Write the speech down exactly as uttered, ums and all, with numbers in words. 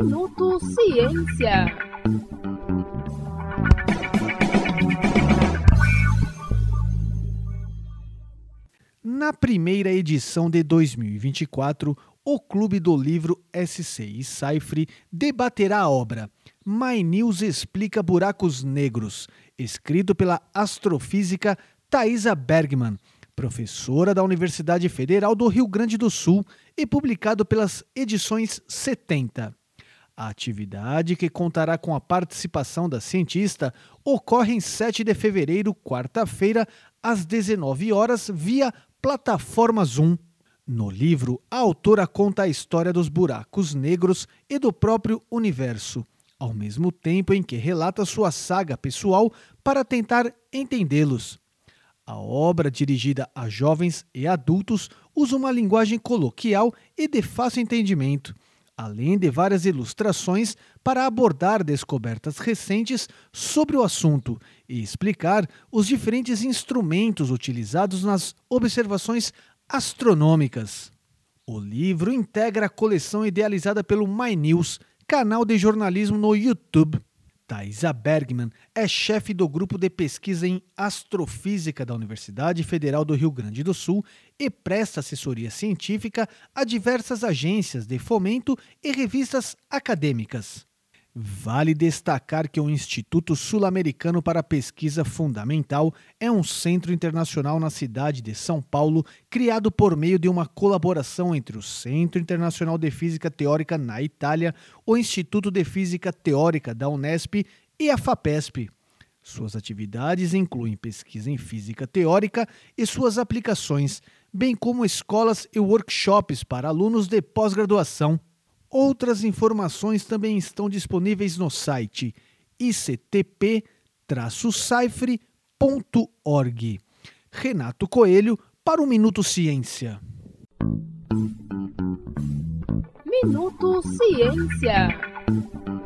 Minuto Ciência. Na primeira edição de dois mil e vinte e quatro, o Clube do Livro S C I Saifre debaterá a obra My News Explica Buracos Negros, escrito pela astrofísica Thaisa Bergmann, professora da Universidade Federal do Rio Grande do Sul, e publicado pelas edições setenta. A atividade, que contará com a participação da cientista, ocorre em sete de fevereiro, quarta-feira, às dezenove horas, via plataforma Zoom. No livro, a autora conta a história dos buracos negros e do próprio universo, ao mesmo tempo em que relata sua saga pessoal para tentar entendê-los. A obra, dirigida a jovens e adultos, usa uma linguagem coloquial e de fácil entendimento, além de várias ilustrações para abordar descobertas recentes sobre o assunto e explicar os diferentes instrumentos utilizados nas observações astronômicas. O livro integra a coleção idealizada pelo My News, canal de jornalismo no YouTube. Thaisa Bergmann é chefe do grupo de pesquisa em astrofísica da Universidade Federal do Rio Grande do Sul e presta assessoria científica a diversas agências de fomento e revistas acadêmicas. Vale destacar que o Instituto Sul-Americano para a Pesquisa Fundamental é um centro internacional na cidade de São Paulo, criado por meio de uma colaboração entre o Centro Internacional de Física Teórica na Itália, o Instituto de Física Teórica da Unesp e a FAPESP. Suas atividades incluem pesquisa em física teórica e suas aplicações, bem como escolas e workshops para alunos de pós-graduação. Outras informações também estão disponíveis no site i c t p saifre ponto org. Renato Coelho para o Minuto Ciência. Minuto Ciência.